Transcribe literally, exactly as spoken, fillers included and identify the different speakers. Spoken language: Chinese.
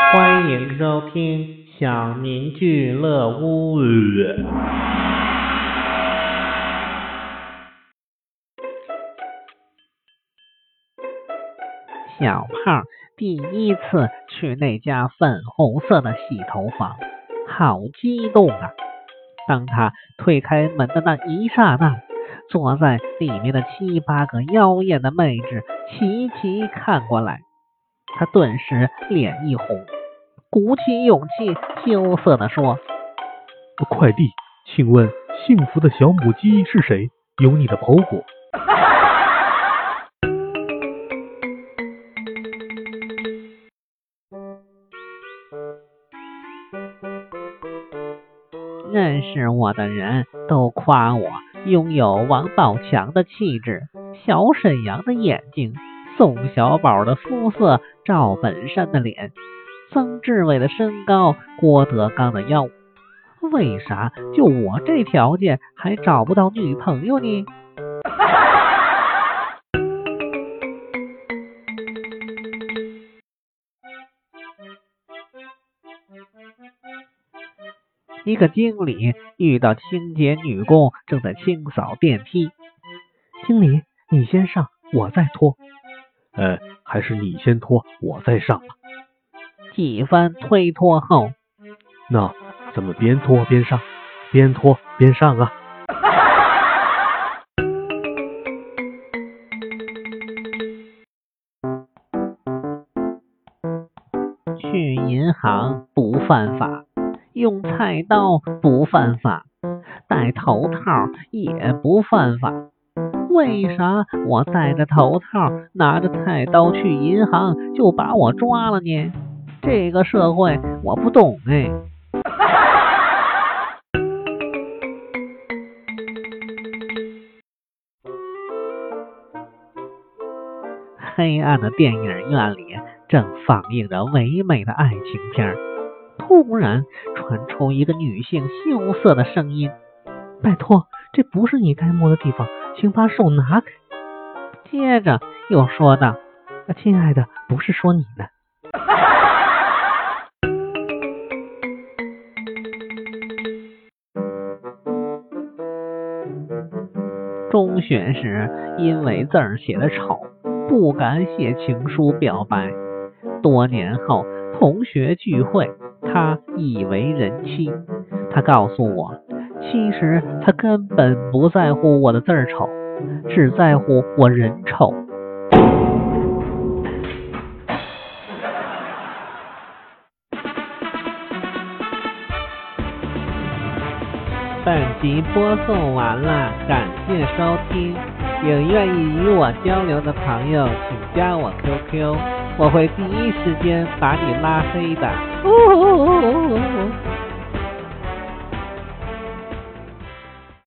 Speaker 1: 欢迎收听小明俱乐屋。小胖第一次去那家粉红色的洗头房，好激动啊！当他推开门的那一刹那，坐在里面的七八个妖艳的妹纸齐齐看过来，他顿时脸一红，鼓起勇气羞涩地说：
Speaker 2: 快递，请问幸福的小母鸡是谁？有你的包裹。
Speaker 1: 认识我的人都夸我拥有王宝强的气质，小沈阳的眼睛，宋小宝的肤色，赵本山的脸，曾志伟的身高，郭德纲的腰。为啥就我这条件还找不到女朋友呢？一个经理遇到清洁女工正在清扫电梯。
Speaker 2: 经理，你先上，我再拖。呃，还是你先拖，我再上吧。
Speaker 1: 几番推脱后，
Speaker 2: 那咱们边拖边上，边拖边上啊。
Speaker 1: 去银行不犯法，用菜刀不犯法，戴头套也不犯法，为啥我戴着头套拿着菜刀去银行就把我抓了呢？这个社会我不懂哎。黑暗的电影院里正放映着唯美的爱情片，突然传出一个女性羞涩的声音：
Speaker 2: 拜托，这不是你该摸的地方，请把手拿开。
Speaker 1: 接着又说道：
Speaker 2: 亲爱的，不是说你呢。
Speaker 1: 中学时因为字儿写得丑，不敢写情书表白。多年后同学聚会，他已为人妻。他告诉我，其实他根本不在乎我的字儿丑，只在乎我人丑。本集播送完了，感谢收听。有愿意与我交流的朋友，请加我 Q Q， 我会第一时间把你拉黑的。哦哦哦哦哦